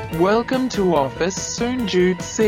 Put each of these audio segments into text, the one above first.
Welcome to office, Soon Jude C.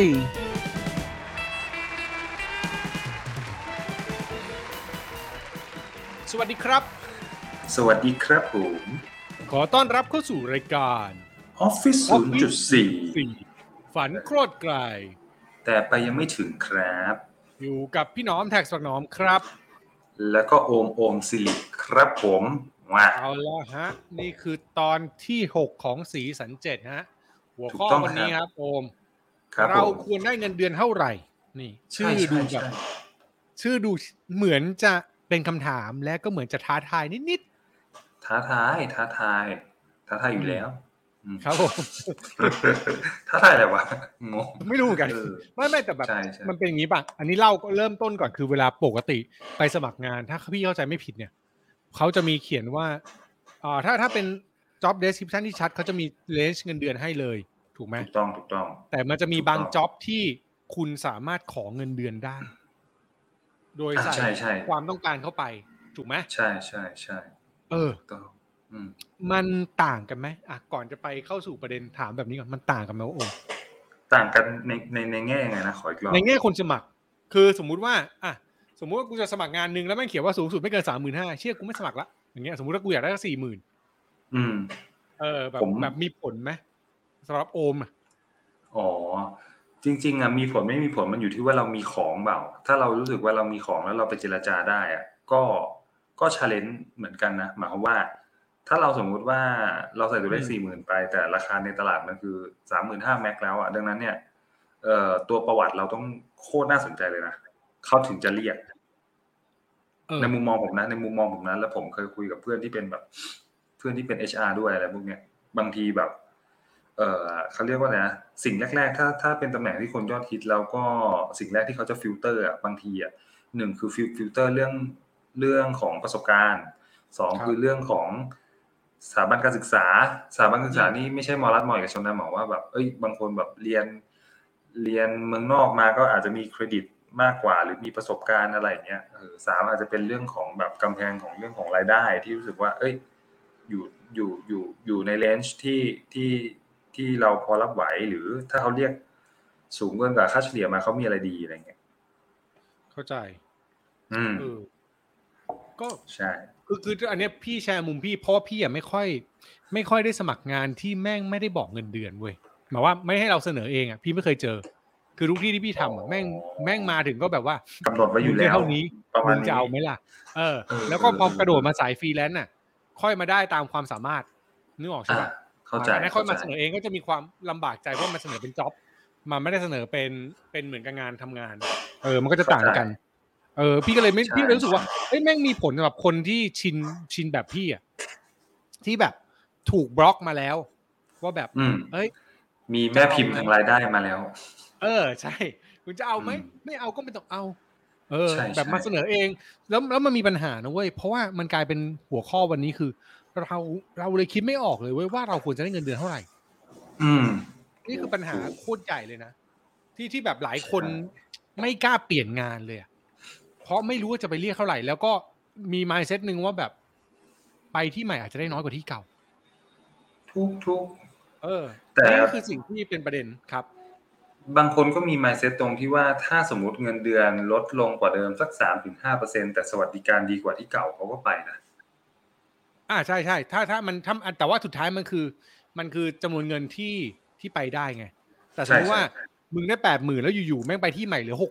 สวัสดีครับสวัสดีครับผมขอต้อนรับเข้าสู่รายการ Office 0.4 ฝันโคตรไกลแต่ไปยังไม่ถึงครับอยู่กับพี่น้อมแท็กสักน้อมครับแล้วก็โอมสิริครับผมมาเอาละฮะนี่คือตอนที่6ของสีสัน7ฮะหัวข้อวันนี้ครับโอมเราควรได้เงินเดือนเท่าไหร่นี่ชื่อดูแบบชื่อดูเหมือนจะเป็นคำถามและก็เหมือนจะท้าทายนิดๆท้าทายอยู่แล้วครับผมท้าทายอะไรวะงงไม่รู้เหมือนกันไม่แต่แบบมันเป็นอย่างนี้ป่ะอันนี้เล่าก็เริ่มต้นก่อนคือเวลาปกติไปสมัครงานถ้าพี่เข้าใจไม่ผิดเนี่ยเขาจะมีเขียนว่าถ้าเป็น job description ที่ชัดเขาจะมี range เงินเดือนให้เลยถูกไหมถูกต้องแต่มันจะมีบาง job ที่คุณสามารถขอเงินเดือนได้โดยใส่ความต้องการเข้าไปถูกไหมใช่มันต่างกันไหมก่อนจะไปเข้าสู่ประเด็นถามแบบนี้ก่อนมันต่างกันไหมว่าโอ้ต่างกันในแง่ยังไงนะขออีกรอบในแง่คนสมัครคือสมมุติว่าสมมุติว่ากูจะสมัครงานนึงแล้วแม่งเขียนว่าสูงสุดไม่เกิน 35,000 เชื่อกูไม่สมัครละอย่างเงี้ยสมมุติว่ากูอยากได้ 40,000 แบบมีผลไหมสำหรับโอมอ๋อจริงๆมีผลไม่มีผลมันอยู่ที่ว่าเรามีของเปล่าถ้าเรารู้สึกว่าเรามีของแล้วเราไปเจรจาได้ก็ challenge เหมือนกันนะหมายความว่าถ้าเราสมมุติว่าเราใส่ตัวเลข 40,000 ไปแต่ราคาในตลาดมันคือ 35,000 แม็กแล้วดังนั้นเนี่ยตัวประวัติเราต้องโคตรน่าสนใจเลยนะเขาถึงจะเรียกในมุมมองผมนะแล้วผมเคยคุยกับเพื่อนที่เป็นแบบเพื่อนที่เป็น HR ด้วยอะไรพวกเนี้ยบางทีแบบเขาเรียกว่าอะไรนะสิ่งแรกๆถ้าเป็นตำแหน่งที่คนยอดฮิตแล้วก็สิ่งแรกที่เขาจะฟิลเตอร์บางทีหนึ่งคือฟิลเตอร์เรื่องของประสบการณ์สองคือเรื่องของสถาบันการศึกษานี่ไม่ใช่มอรัฐมอเอกชนนะหมอว่าแบบบางคนแบบเรียนเมืองนอกมาก็อาจจะมีเครดิตมากกว่าหรือมีประสบการณ์อะไรอย่างเงี้ยสามอาจจะเป็นเรื่องของแบบกำแพงของเรื่องของรายได้ที่รู้สึกว่าอยู่ในเรนจ์ที่เราพอรับไหวหรือถ้าเขาเรียกสูงเกินกว่าค่าเฉลี่ยมาเขามีอะไรดีอะไรเงี้ยเข้าใจก็ใช่คืออันเนี้ยพี่แชร์มุมพี่เพราะว่าพี่ไม่ค่อยได้สมัครงานที่แม่งไม่ได้บอกเงินเดือนเว้ยหมายว่าไม่ให้เราเสนอเองพี่ไม่เคยเจอคือทุกที่ที่พี่ทำแม่งมาถึงก็แบบว่ากำหนดไว้อยู่แล้วเท่านี้มึงจะเอาไหมล่ะแล้วก็พอกระโดดมาสายฟรีแลนซ์ค่อยมาได้ตามความสามารถนึกออกใช่ป่ะเข้าใจค่อยมาเสนอเองก็จะมีความลำบากใจเพราะมันเสนอเป็นจ็อบมันไม่ได้เสนอเป็นเหมือนกับงานทำงานมันก็จะต่างกันพี่ก็เลยพี่รู้สึกว่าแม่งมีผลสำหรับคนที่ชินแบบพี่ที่แบบถูกบล็อกมาแล้วว่าแบบมีแม่พิมพ์ทางรายได้มาแล้วใช่คุณจะเอาไหมไม่เอาก็ไม่ต้องเอาแบบมาเสนอเองแล้วมันมีปัญหานะเว้ยเพราะว่ามันกลายเป็นหัวข้อวันนี้คือเราเลยคิดไม่ออกเลยเว้ยว่าเราควรจะได้เงินเดือนเท่าไหร่นี่คือปัญหาโคตรใหญ่เลยนะที่แบบหลายคนไม่กล้าเปลี่ยนงานเลยเพราะไม่รู้ว่าจะไปเรียกเท่าไหร่แล้วก็มี mindset นึงว่าแบบไปที่ใหม่อาจจะได้น้อยกว่าที่เก่าทุกแต่นี่คือสิ่งที่เป็นประเด็นครับบางคนก็มี mindset ตรงที่ว่าถ้าสมมุติเงินเดือนลดลงกว่าเดิมสัก 3-5% แต่สวัสดิการดีกว่าที่เก่าเขาก็ไปนะใช่ๆถ้ามันแต่ว่าสุดท้ายมันคือจำนวนเงินที่ไปได้ไงแต่สมมติว่ามึงได้ 80,000 แล้วอยู่ๆแม่งไปที่ใหม่เหลือ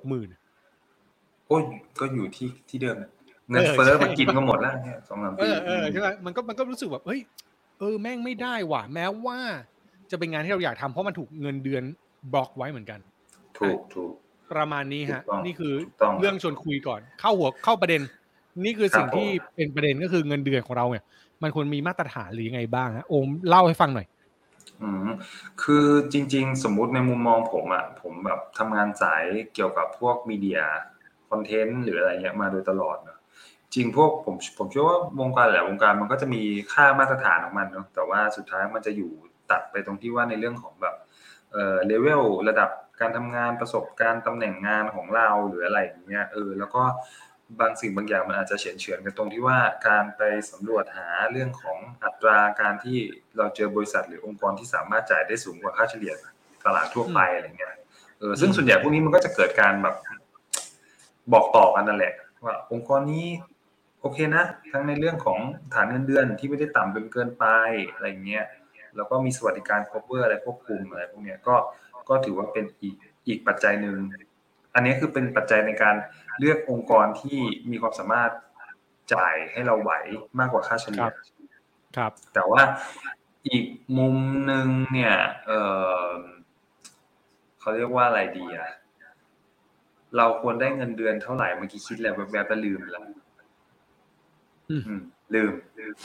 60,000 โอ้ยก็อยู่ที่เดิมเงินเฟ้อมันกินก็หมดแล้วเนี่ย 2-3 ปีใช่มั้ยมันก็รู้สึกแบบแม่งไม่ได้ว่ะแม้ว่าจะเป็นงานที่เราอยากทำเพราะมันถูกเงินเดือนบล็อกไว้เหมือนกันถูกประมาณนี้ฮะนี่คือเรื่องชวนคุยก่อนเข้าประเด็นนี่คือสิ่งที่เป็นประเด็นก็คือเงินเดือนของเราเนี่ยมันควรมีมาตรฐานหรือยังไงบ้างฮะโอมเล่าให้ฟังหน่อยคือจริงๆสมมุติในมุมมองผมแบบทำงานสายเกี่ยวกับพวกมีเดียคอนเทนต์หรืออะไรเงี้ยมาโดยตลอดเนาะจริงพวกผมเชื่อว่าวงการหลายวงการมันก็จะมีค่ามาตรฐานของมันเนาะแต่ว่าสุดท้ายมันจะอยู่ตัดไปตรงที่ว่าในเรื่องของแบบเลเวลระดับการทำงานประสบการณ์ตำแหน่งงานของเราหรืออะไรอย่างเงี้ยแล้วก็บางสิ่งบางอย่างมันอาจจะเฉือนกันตรงที่ว่าการไปสำรวจหาเรื่องของอัตราการที่เราเจอบริษัทหรือองค์กรที่สามารถจ่ายได้สูงกว่าค่าเฉลี่ยตลาดทั่วไปอะไรเงี้ยซึ่งส่วนใหญ่พวกนี้มันก็จะเกิดการแบบบอกต่อกันนั่นแหละว่าองค์กรนี้โอเคนะทั้งในเรื่องของฐานเงินเดือนที่ไม่ได้ต่ำจนเกินไปอะไรเงี้ยแล้วก็มีสวัสดิการ cover อะไรควบคุมอะไรพวกเนี้ยก็ถือว่าเป็นอีกปัจจัยหนึ่งอันนี้คือเป็นปัจจัยในการเลือกองค์กรที่มีความสามารถจ่ายให้เราไหวมากกว่าค่าเฉลี่ยครับแต่ว่าอีกมุมหนึ่งเนี่ยเขาเรียกว่าอะไรดีอ่ะเราควรได้เงินเดือนเท่าไหร่เมื่อกี้คิดแล้วแบบๆลืมแล้วลืม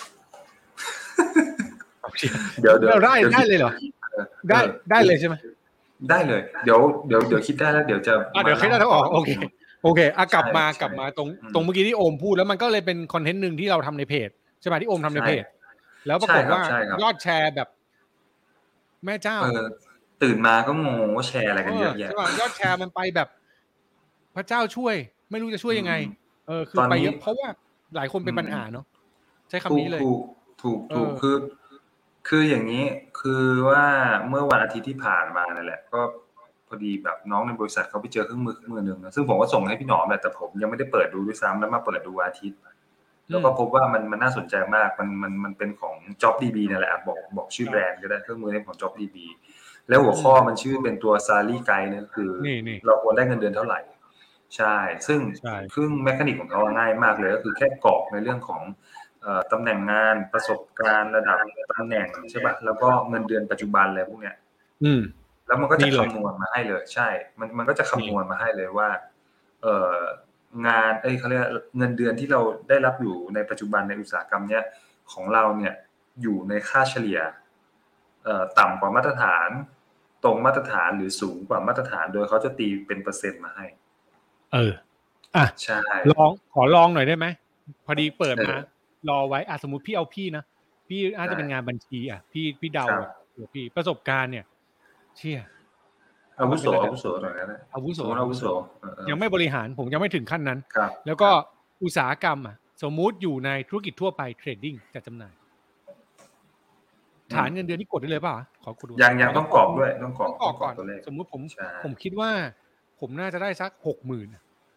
เดี๋ยวได้เลยเหรอได้เลยใช่ไหมได้เลยเดี๋ยวคิดได้แล้วเดี๋ยวจะเดี๋ยวคิดได้แล้วออกโอเคกลับมาตรงเมื่อกี้ที่โอมพูดแล้วมันก็เลยเป็นคอนเทนต์นึงที่เราทำในเพจใช่ไหมที่โอมทำในเพจแล้วปรากฏว่ายอดแชร์แบบแม่เจ้าตื่นมาก็งงว่าแชร์อะไรกันเยอะแยะใช่ป่ะยอดแชร์มันไปแบบพระเจ้าช่วยไม่รู้จะช่วยยังไงคือไปเยอะเพราะว่าหลายคนเป็นปัญหาเนาะใช้คำนี้เลยถูกคืออย่างนี้คือว่าเมื่อวันอาทิตย์ที่ผ่านมานั่นแหละก็พอดีแบบน้องในบริษัทเขาไปเจอเครื่องมือนึงนะซึ่งผมก็ส่งให้พี่หนอมแหละแต่ผมยังไม่ได้เปิดดูด้วยซ้ำแล้วมาเปิดดูวันอาทิตย์แล้วก็พบว่ามันน่าสนใจมากมันเป็นของ JobDB นั่นแหละบอกชื่อแบรนด์ก็ได้เครื่องมือเล่นของ JobDB แล้วหัวข้อมันชื่อเป็นตัว Salary Guide เนี่ยคือเราควรได้เงินเดือนเท่าไหร่ใช่ซึ่งเครื่องแมคานิกของเขาง่ายมากเลยก็คือแค่กรอกในเรื่องของตำแหน่งงานประสบการณ์ระดับตำแหน่งใช่ป่ะแล้วก็เงินเดือนปัจจุบันอะไรพวกเนี้ยแล้วมันก็จะคำนวณมาให้เลยใช่มันก็จะคำนวณมาให้เลยว่างานเขาเรียกเงินเดือนที่เราได้รับอยู่ในปัจจุบันในอุตสาหกรรมเนี้ยของเราเนี่ยอยู่ในค่าเฉลี่ยต่ำกว่ามาตรฐานตรงมาตรฐานหรือสูงกว่ามาตรฐานโดยเขาจะตีเป็นเปอร์เซ็นต์มาให้ใช่ขอลองหน่อยได้ไหมพอดีเปิดมารอไว้สมมุติพี่เอาพี่นะพี่อาจจะเป็นงานบัญชีพี่เดาเดี๋ยวพี่ประสบการณ์เนี่ยเชี่ยอาวุโสหน่อยนะอาวุโสยังไม่บริหารผมยังไม่ถึงขั้นนั้นครับแล้วก็อุตสาหกรรมสมมุติอยู่ในธุรกิจทั่วไปเทรดดิ้งจัดจำหน่ายฐานเงินเดือนที่กดได้เลยป่ะขอกดดูยังต้องกรอกด้วยต้องกรอกก่อนสมมุติผมคิดว่าผมน่าจะได้สัก 60,000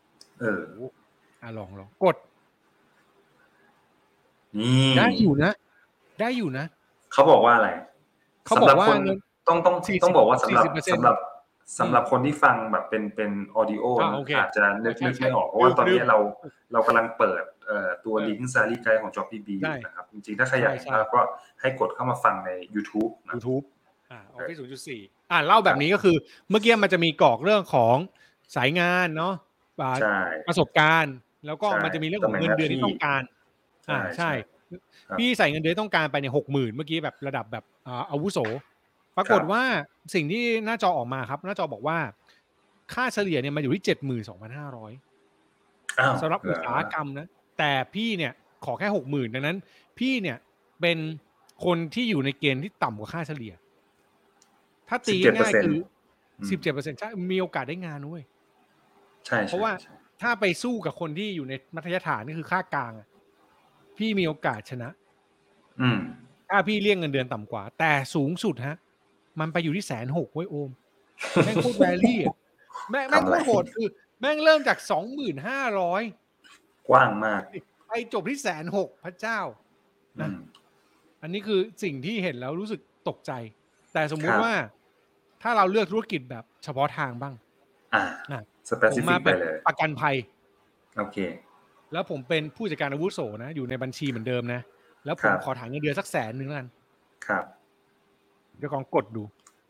ลองกดนี่ได้อยู่นะเขาบอกว่าอะไรเขาบอกว่าต้องบอกว่าสำหรับคนที่ฟังแบบเป็นออดิโออาจจะนึกไม่ออกเพราะว่าตอนนี้เรากำลังเปิดตัวลิงก์ Salary Guide ของ JobDB นะครับจริงๆถ้าใครอยากก็ให้กดเข้ามาฟังใน YouTube นะ YouTube Office 0.4 เล่าแบบนี้ก็คือเมื่อกี้มันจะมีกรอกเรื่องของสายงานเนาะประสบการณ์แล้วก็มันจะมีเรื่องของเงินเดือนที่ต้องการใช่พี่ใส่เงินเดือนต้องการไปใน 60,000 เมื่อกี้แบบระดับแบบอาวุโสปรากฏว่าสิ่งที่หน้าจอออกมาครับหน้าจอบอกว่าค่าเฉลี่ยเนี่ยมันอยู่ที่ 72,500 สำหรับอุตสาหกรรมนะแต่พี่เนี่ยขอแค่ 60,000 ดังนั้นพี่เนี่ยเป็นคนที่อยู่ในเกณฑ์ที่ต่ำกว่าค่าเฉลี่ยถ้าตีง่ายคือ 17% ใช่มีโอกาสได้งานด้วยใช่เพราะว่าถ้าไปสู้กับคนที่อยู่ในมัธยฐานนี่คือค่ากลางพี่มีโอกาสชนะถ้าพี่เรียกเงินเดือนต่ำกว่าแต่สูงสุดมันไปอยู่ที่ 160,000 เว้ยโอมแม่งโคตรแวรี่แม่งโคตรโหดคือแม่งเริ่มจาก 2,500 กว้างมากไปจบที่ 160,000 พระเจ้านะอันนี้คือสิ่งที่เห็นแล้วรู้สึกตกใจแต่สมมุติว่าถ้าเราเลือกธุรกิจแบบเฉพาะทางบ้างผมมาเป็นประกันภัยโอเคแล้วผมเป็นผู้จัดการอาวุโสนะอยู่ในบัญชีเหมือนเดิมนะแล้วผมขอฐานเงินเดือนสัก100,000แล้วกันครับเดี๋ยวลองกดดู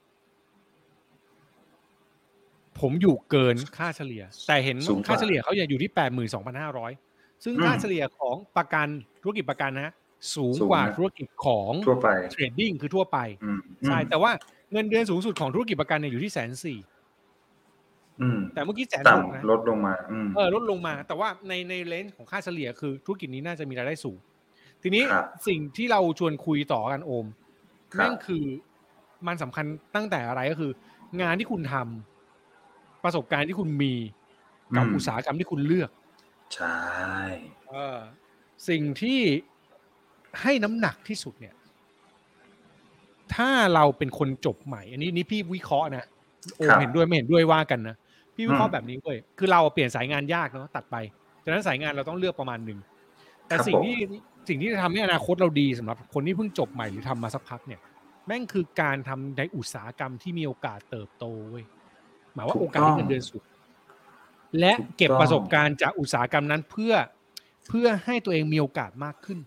ผมอยู่เกินค่าเฉลี่ยแต่เห็นค่าเฉลี่ยเขาอยู่ที่ 82,500 ซึ่งค่าเฉลี่ยของประกันธุรกิจประกันนะสูงกว่าธุรกิจของทั่วไปเทรดดิ้งคือทั่วไปใช่แต่ว่าเงินเดือนสูงสุดของธุรกิจประกันเนี่ยอยู่ที่ 140,000 แต่เมื่อกี้ 160,000 นะลดลงมาลดลงมาแต่ว่าในเลนส์ของค่าเฉลี่ยคือธุรกิจนี้น่าจะมีรายได้สูงทีนี้สิ่งที่เราชวนคุยต่อกันโอมนั่นคือมันสำคัญตั้งแต่อะไรก็คืองานที่คุณทำประสบการณ์ที่คุณมีกับอุตสาหกรรมที่คุณเลือกใช่สิ่งที่ให้น้ำหนักที่สุดเนี่ยถ้าเราเป็นคนจบใหม่อันนี้พี่วิเคราะห์นะโอมเห็นด้วยไม่เห็นด้วยว่ากันนะพี่วิเคราะห์แบบนี้เว้ยคือเราเปลี่ยนสายงานยากเนาะตัดไปฉะนั้นสายงานเราต้องเลือกประมาณนึงแต่สิ่งที่จะทำให้อนาคตเราดีสำหรับคนที่เพิ่งจบใหม่หรือทำมาสักพักเนี่ยแม่งคือการทำในอุตสาหกรรมที่มีโอกาสเติบโตเว้ยหมายว่าโอกาสที่เงินเดือนสูงและเก็บประสบการณ์จากอุตสาหกรรมนั้นเพื่อให้ตัวเองมีโอกาสมากขึ้น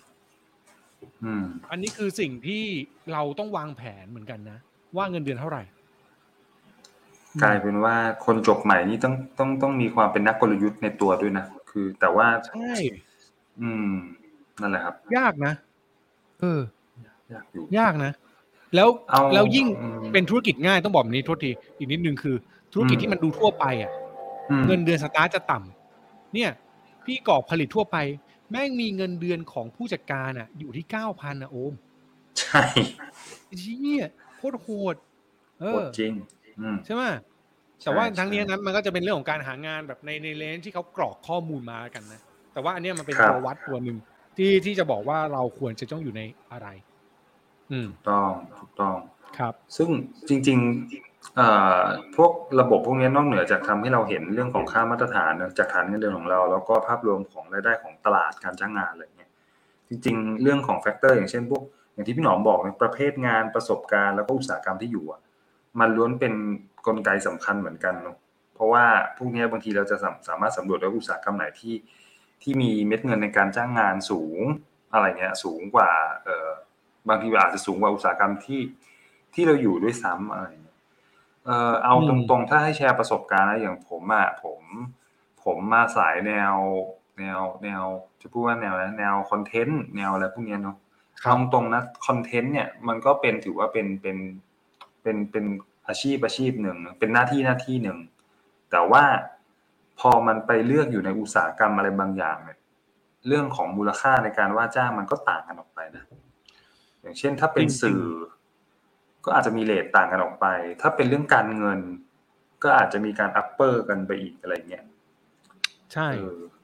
อันนี้คือสิ่งที่เราต้องวางแผนเหมือนกันนะว่าเงินเดือนเท่าไหร่กลายเป็นว่าคนจบใหม่นี่ต้องมีความเป็นนักกลยุทธ์ในตัวด้วยนะคือแต่ว่าใช่นั่นแหละครับยากนะยากนะแล้วยิ่งเป็นธุรกิจง่ายต้องบอกแบบนี้โทษทีอีกนิดนึงคือธุรกิจที่มันดูทั่วไปอ่ะเงินเดือนสตาร์ทจะต่ำเนี่ยพี่กอบผลิตทั่วไปแม่งมีเงินเดือนของผู้จัดการอ่ะอยู่ที่ 9,000 นะโอมใช่เนี่ยโคตรโหดโหดจริงใช่ไหมแต่ว่าทั้งนี้นั้นมันก็จะเป็นเรื่องของการหางานแบบในเลนที่เขากรอกข้อมูลมากันนะแต่ว่าอันนี้มันเป็นตัววัดตัวหนึ่งที่จะบอกว่าเราควรจะต้องอยู่ในอะไรถูกต้องครับซึ่งจริงๆพวกระบบพวกนี้นอกเหนือจากทำให้เราเห็นเรื่องของค่ามาตรฐานจากฐานเงินเดือนของเราแล้วก็ภาพรวมของรายได้ของตลาดการจ้างงานอะไรเงี้ยจริงๆเรื่องของแฟกเตอร์อย่างเช่นพวกอย่างที่พี่หนอมบอกประเภทงานประสบการณ์แล้วก็อุตสาหกรรมที่อยู่มันล้วนเป็นกลไกสำคัญเหมือนกันเนาะเพราะว่าพวกนี้บางทีเราจะสามารถสำรวจได้อุตสาหกรรมไหนที่มีเม็ดเงินในการจ้างงานสูงอะไรเงี้ยสูงกว่าบางทีอาจจะสูงกว่าอุตสาหกรรมที่เราอยู่ด้วยซ้ำอะไรเอาตรงๆถ้าให้แชร์ประสบการณ์นะอย่างผมมาสายแนวจะพูดว่าแนวคอนเทนต์แนวอะไรพวกนี้เนาะเอาตรงนะคอนเทนต์เนี่ยมันก็ถือว่าเป็นอาชีพหนึ่งเป็นหน้าที่หนึ่งแต่ว่าพอมันไปเลือกอยู่ในอุตสาหกรรมอะไรบางอย่างเนี่ยเรื่องของมูลค่าในการว่าจ้างมันก็ต่างกันออกไปนะอย่างเช่นถ้าเป็นสื่อก็อาจจะมีเรทต่างกันออกไปถ้าเป็นเรื่องการเงินก็อาจจะมีการอัปเปอร์กันไปอีกอะไรเงี้ยใช่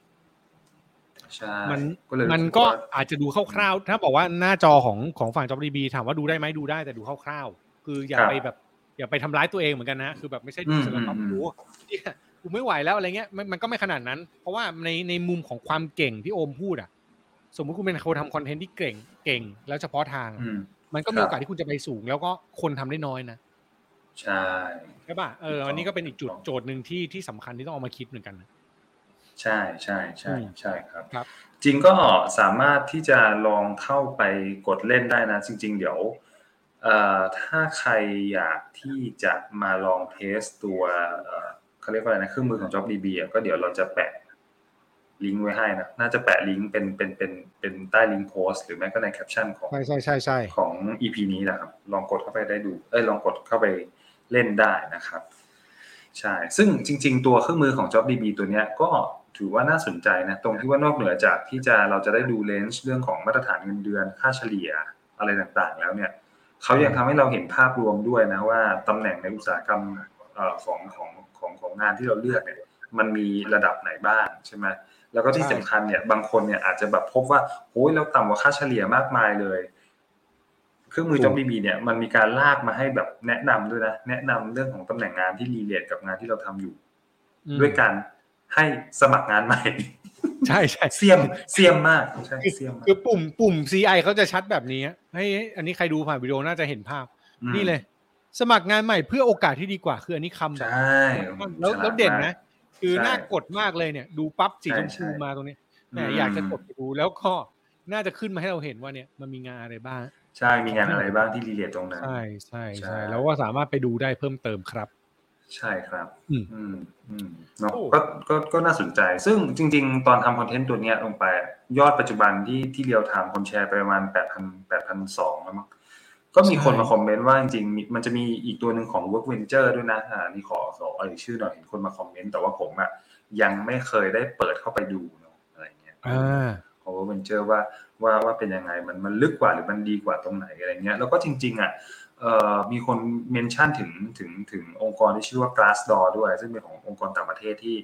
มันก็อาจจะดูคร่าวๆถ้าบอกว่าหน้าจอของฝั่ง JobDB ถามว่าดูได้ไหมดูได้แต่ดูคร่าวๆคืออย่าไปทำร้ายตัวเองเหมือนกันนะคือแบบไม่ใช่ดูเสร็จแล้วปั๊บโอ้เนี่ยกูไม่ไหวแล้วอะไรเงี้ยมันก็ไม่ขนาดนั้นเพราะว่าในมุมของความเก่งที่โอมพูดอ่ะสมมติคุณเป็นคนทำคอนเทนต์ที่เก่งแล้วเฉพาะทางมันก็มีโอกาสที่คุณจะไปสูงแล้วก็คนทำได้น้อยนะใช่ป่ะอันนี้ก็เป็นอีกโจทย์นึงที่สำคัญที่ต้องเอามาคิดเหมือนกันใช่ครับจริงก็สามารถที่จะลองเข้าไปกดเล่นได้นะจริงๆเดี๋ยวถ้าใครอยากที่จะมาลองเทสตัวเขาเรียกว่าอะไรนะเครื่องมือของ JobDB ก็เดี๋ยวเราจะแปะลิงก์ไว้ให้นะน่าจะแปะลิงก์เป็นใต้ลิงก์โพสต์หรือแม้ก็ในแคปชั่นของใช่ของ EP นี้นะครับลองกดเข้าไปได้ดูลองกดเข้าไปเล่นได้นะครับใช่ซึ่งจริงๆตัวเครื่องมือของ JobDB ตัวเนี้ยก็ถือว่าน่าสนใจนะตรงที่ว่านอกเหนือจากที่เราจะได้ดูเลนส์เรื่องของมาตรฐานเงินเดือนค่าเฉลี่ยอะไรต่างๆแล้วเนี่ยเขายังทำให้เราเห็นภาพรวมด้วยนะว่าตำแหน่งในอุตสาหกรรมของงานที่เราเลือกเนี่ยมันมีระดับไหนบ้างใช่ไหมแล้วก็ที่สำคัญเนี่ยบางคนเนี่ยอาจจะแบบพบว่าโอ้ยเราต่ำกว่าค่าเฉลี่ยมากมายเลยเครื่องมือ JobDB เนี่ยมันมีการลากมาให้แบบแนะนำด้วยนะแนะนำเรื่องของตำแหน่งงานที่รีเลทกับงานที่เราทำอยู่ด้วยการให้สมัครงานใหม่ใช่เสียมมากใช่เสียมคือปุ่ม CI เขาจะชัดแบบนี้ให้อันนี้ใครดูผ่านวิดีโอน่าจะเห็นภาพนี่เลยสมัครงานใหม่เพื่อโอกาสที่ดีกว่าคืออันนี้คำใช่แล้วเด่นนะคือน่ากดมากเลยเนี่ยดูปั๊บสีชมพูมาตรงนี้แหมอยากจะกดไปดูแล้วก็น่าจะขึ้นมาให้เราเห็นว่าเนี่ยมันมีงานอะไรบ้างใช่มีงานอะไรบ้างที่รีเลทตรงนั้นใช่แล้วก็สามารถไปดูได้เพิ่มเติมครับใช่ครับเนาะก็น่าสนใจซึ่งจริงๆตอนทำคอนเทนต์ตัวนี้ลงไปยอดปัจจุบันที่เรียลไทม์คนแชร์ไปประมาณ 8,200 แล้วมั้งก็มีคนมาคอมเมนต์ว่าจริงๆมันจะมีอีกตัวหนึ่งของ Work Venture ด้วยนะนี่ขอชื่อหน่อยเห็นคนมาคอมเมนต์แต่ว่าผมยังไม่เคยได้เปิดเข้าไปดูเนาะอะไรเงี้ยของ Work Venture ว่าเป็นยังไงมันลึกกว่าหรือมันดีกว่าตรงไหนอะไรเงี้ยแล้วก็จริงๆมีคนเมนชั่นถึงองค์กรที่ชื่อว่า Glassdoor ด้วยซึ่งเป็นขององค์กรต่างประเทศที่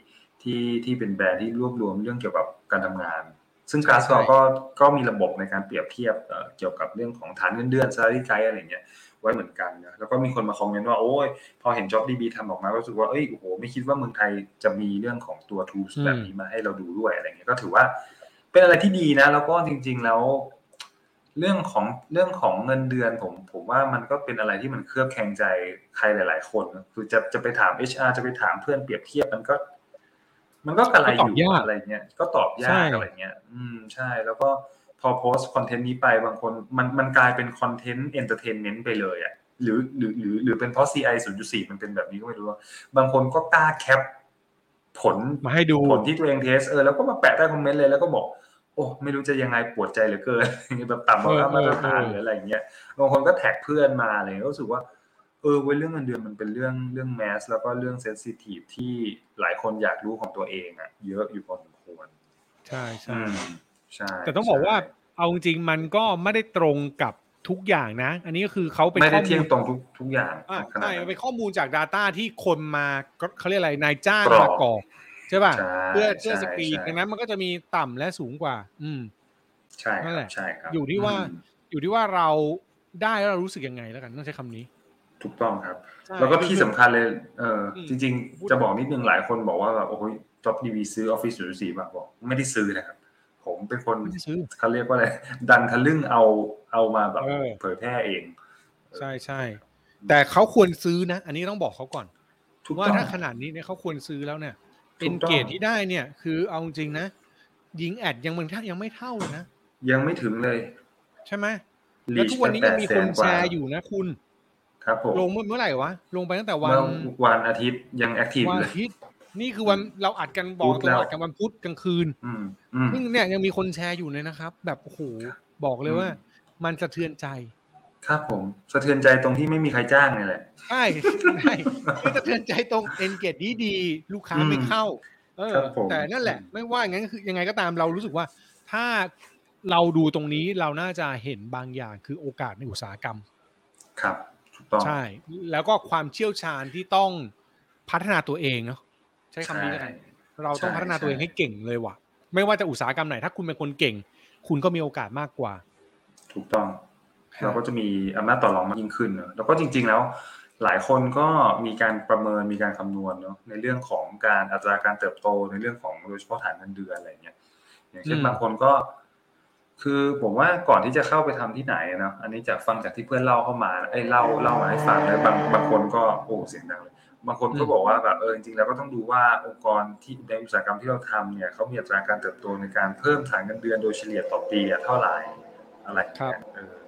ที่เป็นแบรนด์ที่รวบรวมเรื่องเกี่ยวกับการทำงานซึ่ง Glassdoor ก็มีระบบในการเปรียบเทียบเกี่ยวกับเรื่องของฐานเงินเดือน salary guide อะไรเงี้ยไว้เหมือนกันนะแล้วก็มีคนมาคอมเมนต์ว่าโอ้ยพอเห็น JobDB ทำออกมาก็รู้สึกว่าเอ้ยโอ้โหไม่คิดว่าเมืองไทยจะมีเรื่องของตัว tools แบบนี้มาให้เราดูด้วยอะไรเงี้ยก็ถือว่าเป็นอะไรที่ดีนะแล้วก็จริงๆแล้วเรื่องของเงินเดือนผมว่ามันก็เป็นอะไรที่มันเคลือบแคลงใจใครหลายๆคนคือจะไปถาม HR จะไปถามเพื่อนเปรียบเทียบมันก็กระไรอยู่อะไรเงี้ยก็ตอบยากอะไรเงี้ยใช่แล้วก็พอโพสต์คอนเทนต์นี้ไปบางคนมันกลายเป็นคอนเทนต์เอนเตอร์เทนเมนต์ไปเลยอ่ะหรือเป็นเพราะ CI 0.4 มันเป็นแบบนี้ก็ไม่รู้ว่าบางคนก็กล้าแคปผลมาให้ดูผลที่ตัวเองเทสแล้วก็มาแปะใต้คอมเมนต์เลยแล้วก็บอกโอ้ไม่รู้จะยังไงปวดใจเหลือเกินแบบต่ำกว่ามาตรฐานหรืออะไรอย่างเงี้ยบางคนก็แท็กเพื่อนมาอะไรก็รู้สึกว่าเว้ยเรื่องเงินเดือนมันเป็นเรื่องแมสแล้วก็เรื่องเซนซิทีฟที่หลายคนอยากรู้ของตัวเองอ่ะเยอะอยู่พอสมควรใช่ใช่แต่ต้องบอกว่าเอาจริงมันก็ไม่ได้ตรงกับทุกอย่างนะอันนี้ก็คือเขาเป็นข้อมูลไม่ได้เที่ยงตรงทุกอย่างใช่เป็นข้อมูลจาก Data ที่คนมาเขาเรียกอะไรนายจ้างมากรอกใช่ป่ะเพื่อสกรีนดังนั้นมันก็จะมีต่ำและสูงกว่าใช่นั่นแหละใช่ครับอยู่ที่ว่าเราได้แล้วเรารู้สึกยังไงแล้วกันต้องใช้คำนี้ถูกต้องครับแล้วก็ที่สำคัญเลยจริงๆจะบอกนิดนึงหลายคนบอกว่าแบบโอ้โห JobDB ซื้อ Office 0.4 ป่ะบอกไม่ได้ซื้อนะครับผมเป็นคนเขาเรียกว่าอะไรดันทะลึ่งเอามาแบบเผยแพร่เองใช่แต่เขาควรซื้อนะอันนี้ต้องบอกเขาก่อนว่าถ้าขนาดนี้เนี่ยเขาควรซื้อแล้วเนี่ยเป็นเกรดที่ได้เนี่ยคือเอาจริงนะยิงแอดยังไม่เท่าเลยนะยังไม่ถึงเลยใช่ไหมแล้วทุกวันนี้ยังมีคนแชร์อยู่นะคุณครับผมลงเมื่อไหร่วะลงไปตั้งแต่วันอาทิตย์ยังแอคทีฟเลยวันอาทิตย์นี่คือวันเราอัดกันบอกตลอดกันวันพุธกลางคืนซึ่งเนี่ยยังมีคนแชร์อยู่เลยนะครับแบบโอ้โหบอกเลยว่ามันสะเทือนใจครับผมสะเทือนใจตรงที่ไม่มีใครจ้างนี่แหละใช่คือสะเทือนใจตรงเอนเกจดีลูกค้าไม่เข้าแต่นั่นแหละไม่ว่างั้นคือยังไงก็ตามเรารู้สึกว่าถ้าเราดูตรงนี้เราน่าจะเห็นบางอย่างคือโอกาสในอุตสาหกรรมครับถูกต้องใช่แล้วก็ความเชี่ยวชาญที่ต้องพัฒนาตัวเองเนาะใช้คำนี้แล้วกันเราต้องพัฒนาตัวเองให้เก่งเลยว่ะไม่ว่าจะอุตสาหกรรมไหนถ้าคุณเป็นคนเก่งคุณก็มีโอกาสมากกว่าถูกต้องเราก็จะมีอำนาจต่อรองมากยิ่งขึ้นเนอะแล้วก็จริงๆแล้วหลายคนก็มีการประเมินมีการคำนวณเนาะในเรื่องของการอัตราการเติบโตในเรื่องของโดยเฉพาะฐานเงินเดือนอะไรเงี้ยอย่างเช่นบางคนก็คือผมว่าก่อนที่จะเข้าไปทำที่ไหนนะอันนี้จากฟังจากที่เพื่อนเล่าเข้ามาเล่ามาให้ฟังแล้วบางคนก็โอ้เสียงดังเลยบางคนก็บอกว่าแบบจริงๆแล้วก็ต้องดูว่าองค์กรที่ในอุตสาหกรรมที่เราทำเนี่ยเขามีอัตราการเติบโตในการเพิ่มฐานเงินเดือนโดยเฉลี่ยต่อปีเท่าไหร่อะไรอย่างเงี้ย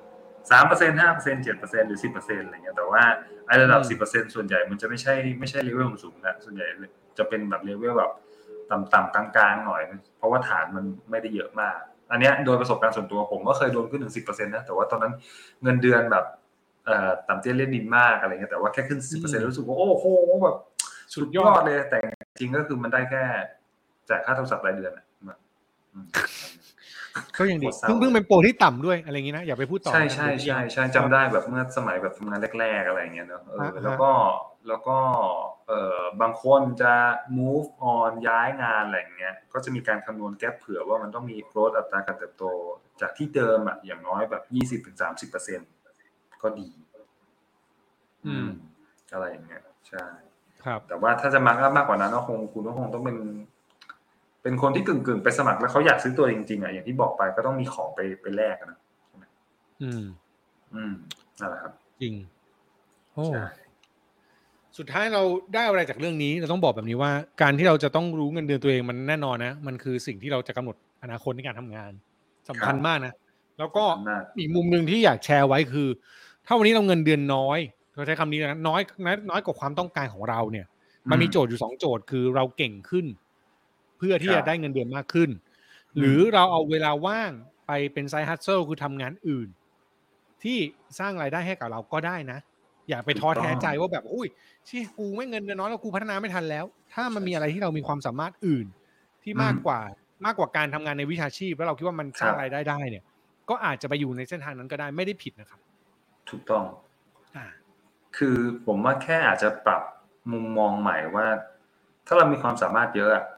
3% 5% 7% หรือ 10% อะไรเงี้ยแต่ว่าไอ้ระดับ 10% ส่วนใหญ่มันจะไม่ใช่เลเวลสูงนะส่วนใหญ่จะเป็นแบบเลเวลแบบต่ำๆกลางๆหน่อยเพราะว่าฐานมันไม่ได้เยอะมากอันเนี้ยโดยประสบการณ์ส่วนตัวผมก็เคยโดนขึ้นถึง 10% นะแต่ว่าตอนนั้นเงินเดือนแบบต่ำเตี้ยเล่นดินมากอะไรเงี้ยแต่ว่าแค่ขึ้น 10% รู้สึกว่าโอ้โหแบบสุดยอดเลยแต่จริงก็คือมันได้แค่จ่ายค่าโทรศัพท์รายเดือนอ่ะก็ยังดีเพิ่งเป็นโปรที่ต่ำด้วยอะไรอย่างนี้นะอย่าไปพูดต่อใช่จำได้แบบเมื่อสมัยแบบทำงานแรกๆอะไรอย่างเงี้ยเนอะแล้วก็บางคนจะ move on ย้ายงานอะไรอย่างเงี้ยก็จะมีการคำนวณแก๊ปเผื่อว่ามันต้องมี growth อัตราการเติบโตจากที่เดิมอ่ะอย่างน้อยแบบ 20-30% ก็ดีอะไรอย่างเงี้ยใช่ครับแต่ว่าถ้าจะมากกว่านั้นก็คุณก็คงต้องเป็นคนที่กึ่งไปสมัครแล้วเขาอยากซื้อตัวจริงๆอ่ะอย่างที่บอกไปก็ต้องมีของไปแลกนะนั่นแหละครับจริงโอ้สุดท้ายเราได้อะไรจากเรื่องนี้เราต้องบอกแบบนี้ว่าการที่เราจะต้องรู้เงินเดือนตัวเองมันแน่นอนนะมันคือสิ่งที่เราจะกำหนดอนาคตในการทำงานสำคัญมากนะแล้วก็อีกมุมนึงที่อยากแชร์ไว้คือถ้าวันนี้เราเงินเดือนน้อยเราใช้คำนี้นะน้อยกว่าความต้องการของเราเนี่ยมันมีโจทย์อยู่2โจทย์คือเราเก่งขึ้นเพื่อที่จะได้เงินเดือนมากขึ้นหรือเราเอาเวลาว่างไปเป็นไซด์ฮัสเซิลคือทำงานอื่นที่สร้างรายได้ให้กับเราก็ได้นะอย่าไปท้อแท้ใจว่าแบบอุ้ยชี่กูไม่เงินเดือนน้อยแล้วกูพัฒนาไม่ทันแล้วถ้ามันมีอะไรที่เรามีความสามารถอื่นที่มากกว่าการทำงานในวิชาชีพแล้วเราคิดว่ามันสร้างรายได้ได้เนี่ยก็อาจจะไปอยู่ในเส้นทางนั้นก็ได้ไม่ได้ผิดนะครับถูกต้องคือผมว่าแค่อาจจะปรับมุมมองใหม่ว่าถ้าเรามีความสามารถเยอะ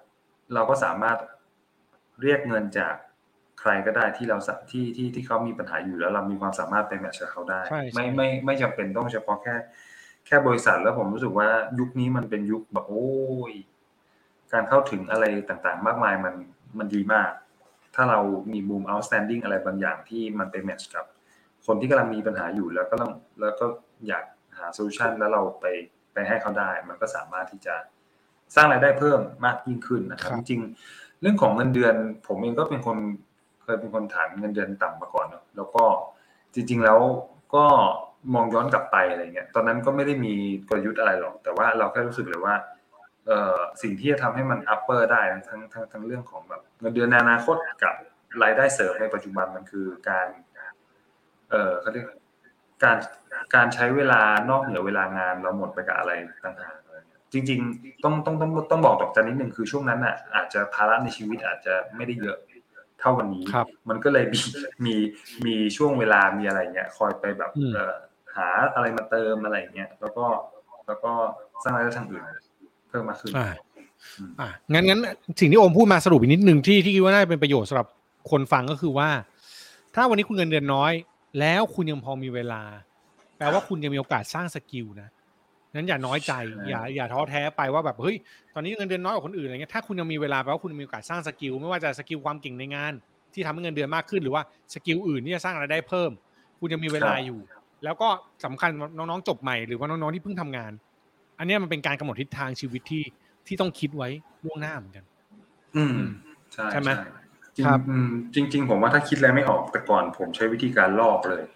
เราก็สามารถเรียกเงินจากใครก็ได้ที่เราที่เขามีปัญหาอยู่แล้วเรามีความสามารถไปแมทช์กับเขาได้ไม่จำเป็นต้องเฉพาะแค่บริษัทแล้วผมรู้สึกว่ายุคนี้มันเป็นยุคแบบโอ้ยการเข้าถึงอะไรต่างๆมากมายมันดีมากถ้าเรามีมุม outstanding อะไรบางอย่างที่มันไปแมทช์กับคนที่กำลังมีปัญหาอยู่แล้วก็อยากหาโซลูชันแล้วเราไปให้เขาได้มันก็สามารถที่จะสร้างรายได้เพิ่มมากยิ่งขึ้นนะครับจริงๆเรื่องของเงินเดือนผมเองก็เป็นคนเคยเป็นคนฐานเงินเดือนต่ำมาก่อนเนาะแล้วก็จริงๆแล้วก็มองย้อนกลับไปอะไรเงี้ยตอนนั้นก็ไม่ได้มีกลยุทธ์อะไรหรอกแต่ว่าเราแค่รู้สึกเลยว่าสิ่งที่จะทำให้มัน upper ได้ทั้งเรื่องของแบบเงินเดือนในอนาคตกับรายได้เสริมในปัจจุบันมันคือการเขาเรียกการใช้เวลานอกเหนือเวลางานเราหมดไปกับอะไรต่างหากจริงๆต้องบอกตกใจนิดนึงคือช่วงนั้นน่ะอาจจะภาระในชีวิตอาจจะไม่ได้เยอะเท่าวันนี้มันก็เลยมีช่วงเวลามีอะไรเงี้ยคอยไปแบบหาอะไรมาเติมอะไรเงี้ยแล้วก็สร้างรายได้ทางอื่นเพิ่มมากขึ้นงั้นสิ่งที่โอมพูดมาสรุปอีกนิดนึงที่คิดว่าน่าจะเป็นประโยชน์สำหรับคนฟังก็คือว่าถ้าวันนี้คุณเงินเดือนน้อยแล้วคุณยังพอมีเวลาแปลว่าคุณยังมีโอกาสสร้างสกิลนะนั้นอย่าน้อยใจอย่าท้อแท้ไปว่าแบบเฮ้ยตอนนี้เงินเดือนน้อยกว่าคนอื่นอะไรเงี้ยถ้าคุณยังมีเวลาแปลว่าคุณมีโอกาสสร้างสกิลไม่ว่าจะสกิลความเก่งในงานที่ทำให้เงินเดือนมากขึ้นหรือว่าสกิลอื่นที่จะสร้างรายได้เพิ่มคุณยังมีเวลาอยู่แล้วก็สำคัญน้องๆจบใหม่หรือว่าน้องๆที่เพิ่งทำงานอันนี้มันเป็นการกำหนดทิศทางชีวิตที่ต้องคิดไว้ล่วงหน้าเหมือนกันใช่ไหมจริงผมว่าถ้าคิดอะไรไม่ออกแต่ก่อนผมใช้วิธีการลอกเลย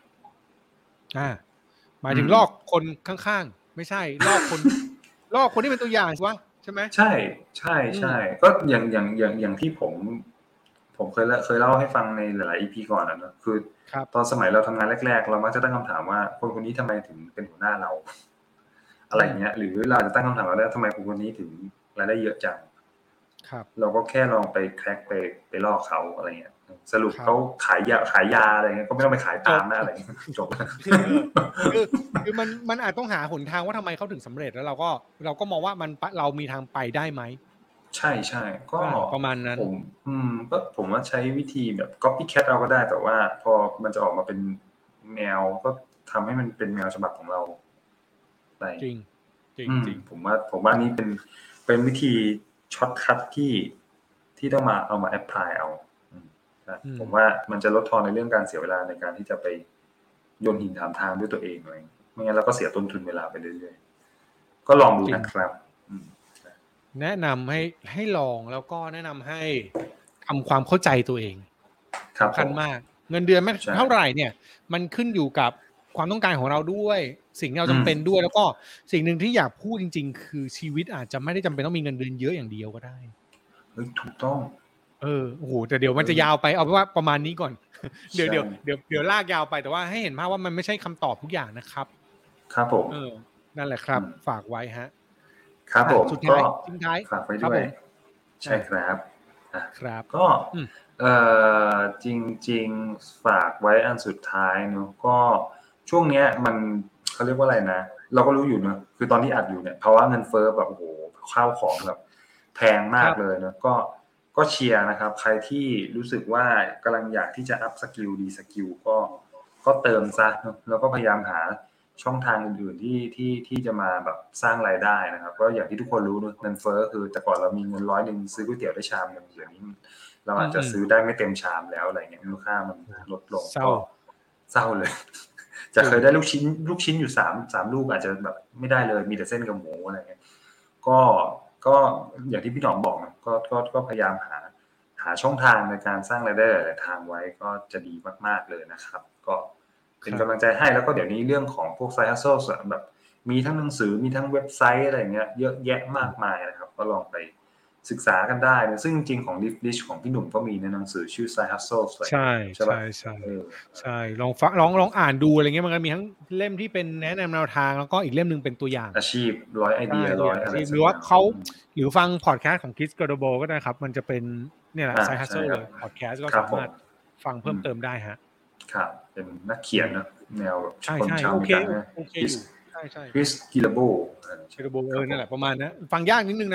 หมายถึงลอกคนข้างๆไม่ใช่ลอกคนที่เป็นตัวอย่างใช่ไหมใช่ไหมใช่ก็อย่างที่ผมเคยเล่าให้ฟังในหลายๆ EP ก่อนนะคือตอนสมัยเราทำงานแรกๆเรามักจะตั้งคำถามว่าคนนี้ทำไมถึงเป็นหัวหน้าเราอะไรเงี้ยหรือเราจะตั้งคำถามว่าทำไมคนนี้ถึงรายได้เยอะจังเราก็แค่ลองไปแคร็กไปลอกเขาอะไรเงี้ยสรุปเขาขายยาอะไรเงี้ยก็ไม่ต้องไปขายตามนะอะไรจบคือมันอาจต้องหาหนทางว่าทำไมเขาถึงสำเร็จแล้วเราก็มองว่าเรามีทางไปได้ไหมใช่ก็ประมาณนั้นผมว่าใช้วิธีแบบ copycat เอาก็ได้แต่ว่าพอมันจะออกมาเป็นแนวก็ทำให้มันเป็นแนวฉบับของเราไปจริงผมว่านี้เป็นวิธีช็อตคัทที่ต้องมาเอามาแอพพลายเอาผมว่ามันจะลดทอนในเรื่องการเสียเวลาในการที่จะไปโยนหินถามทางด้วยตัวเองอะไรไม่งั้นเราก็เสียต้นทุนเวลาไปเรื่อยๆก็ลองดูนะครับแนะนำให้ลองแล้วก็แนะนำให้ทำความเข้าใจตัวเองสำคัญมากเงินเดือนไม่เท่าไหร่เนี่ยมันขึ้นอยู่กับความต้องการของเราด้วยสิ่งที่เราจำเป็นด้วยแล้วก็สิ่งหนึ่งที่อยากพูดจริงๆคือชีวิตอาจจะไม่ได้จำเป็นต้องมีเงินเดือนเยอะอย่างเดียวก็ได้ถูกต้องโอ้โหแต่เดี๋ยวมันจะยาวไปเอาเป็นว่าประมาณนี้ก่อนเดี๋ยวลากยาวไปแต่ว่าให้เห็นภาพว่ามันไม่ใช่คำตอบทุกอย่างนะครับครับผมนั่นแหละครับฝากไว้ฮะครับผมก็ทิ้งท้ายฝากไว้ด้วยใช่ครับก็จริงๆฝากไว้อันสุดท้ายเนอะก็ช่วงเนี้ยมันเขาเรียกว่าอะไรนะเราก็รู้อยู่เนอะคือตอนที่อัดอยู่เนี่ยภาวะเงินเฟ้อแบบโอ้โหข้าวของแบบแพงมากเลยเนอะก็เชียร์นะครับใครที่รู้สึกว่ากำลังอยากที่จะอัพสกิลดีสกิลก็เติมซะแล้วก็พยายามหาช่องทางอื่นๆที่จะมาแบบสร้างรายได้นะครับก็อย่างที่ทุกคนรู้เงินเฟ้อคือแต่ก่อนเรามีเงิน100ซื้อก๋วยเตี๋ยวได้ชามนึงเดี๋ยวนี้เราอาจจะซื้อได้ไม่เต็มชามแล้วอะไรเงี้ยมูลค่ามันลดลงก็เศร้าเลยจะเคยได้ลูกชิ้นอยู่3ลูกอาจจะแบบไม่ได้เลยมีแต่เส้นกับหมูอะไรเงี้ยก็อย่างที่พี่หนอมบอกนะก็พยายามหาช่องทางในการสร้างรายได้หลายทางไว้ก็จะดีมากๆเลยนะครับก็เป็นกำลังใจให้แล้วก็เดี๋ยวนี้เรื่องของพวก side hustle แบบมีทั้งหนังสือมีทั้งเว็บไซต์อะไรเงี้ยเยอะแยะมากมายนะครับก็ลองไปศึกษากันได้นะซึ่งจริงๆของ Live Rich ของพี่หนุ่มก็มีในหนังสือชื่อ side hustle ใช่ลองฟังลองอ่านดูอะไรเงี้ยมันก็มีทั้งเล่มที่เป็นแนะนำแนวทางแล้วก็อีกเล่มนึงเป็นตัวอย่างอาชีพ100ไอเดีย100อะไรหรือว่าหรือฟังพอดแคสต์ของ Chris Gardebo ก็ได้ครับมันจะเป็นเนี่ยแหละ side hustle เลยพอดแคสต์ก็สามารถฟังเพิ่มเติมได้ฮะครับเป็นนักเขียนนะแนวคนชาวอเมริกันนะใช่ Chris Gardebo นั่นแหละประมาณนะฟังยากนิดนึงนะ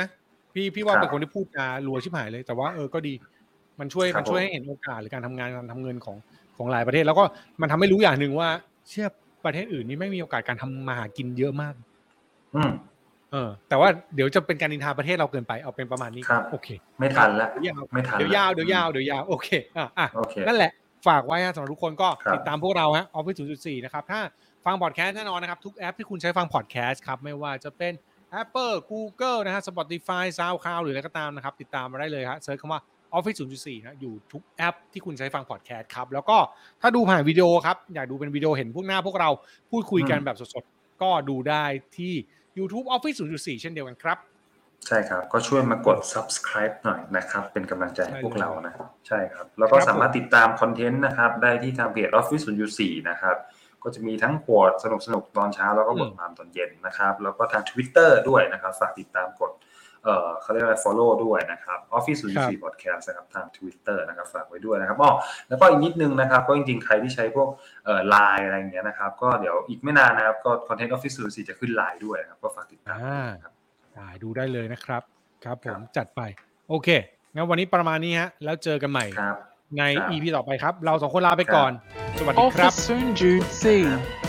พี่ว่าครับเป็นคนที่พูดจารัวชิบหายเลยแต่ว่าก็ดีมันช่วยครับมันช่วยให้เห็นโอกาสหรือการทำงานการทำเงินของหลายประเทศ แล้วก็มันทำให้รู้อย่างหนึ่งว่าเชื่อประเทศอื่นนี่ไม่มีโอกาสการทำมาหากินเยอะมากอืมแต่ว่าเดี๋ยวจะเป็นการนินทาประเทศเราเกินไปเอาเป็นประมาณนี้ครับโอเคไม่ทันแล้วเดี๋ยวไม่ทันเดี๋ยวแล้ยาวเดี๋ยวยาวเดี๋ยวยาวโอเคโอเคนั่นแหละฝากไว้สำหรับทุกคนก็ครับติดตามพวกเราฮะ Office 0.4 นะครับถ้าฟังพอดแคสต์แน่นอนนะครับทุกแอปที่คุณใช้ฟังพอดแคสต์ครับไม่ว่าจะเป็น Apple Google นะฮะ Spotify SoundCloud หรืออะไรก็ตามนะครับติดตามมาได้เลยฮะเซิร์ชคำว่า Office 0.4 นะอยู่ทุกแอปที่คุณใช้ฟังพอดแคสต์ครับแล้วก็ถ้าดูผ่านวิดีโอครับอยากดูเป็นวิดีโอเห็นพวกหน้าพวกเราพูดคุยกันแบบสดๆก็ดูได้ที่ YouTube Office 0.4 เช่นเดียวกันครับใช่ครับก็ช่วยมากด subscribe หน่อยนะครับเป็นกำลังใจให้พวกเรานะใช่ครับแล้วก็สามารถติดตามคอนเทนต์นะครับได้ที่ทางเพจ Office 0.4 นะครับก็จะมีทั้งบทสนุกๆตอนเช้าแล้วก็บทความตอนเย็นนะครับแล้วก็ทาง Twitter ด้วยนะครับฝากติดตามกดเขาเรียกอะไร follow ด้วยนะครับ Office 0.4 podcast นะครับทาง Twitter นะครับฝากไว้ด้วยนะครับแล้วก็อีกนิดนึงนะครับก็จริงๆใครที่ใช้พวกLINE อะไรอย่างเงี้ยนะครับก็เดี๋ยวอีกไม่นานนะครับก็คอนเทนต์ Office 0.4 จะขึ้น LINE ด้วยนะครับก็ฝากติดตามนะครับดูได้เลยนะครับครับผมจัดไปโอเคงั้นวันนี้ประมาณนี้ฮะแล้วเจอกันใหม่ใน EP ต่อไปครับเรา2คนลาไปก่อนสวัสดีครับ Office Soon Jude C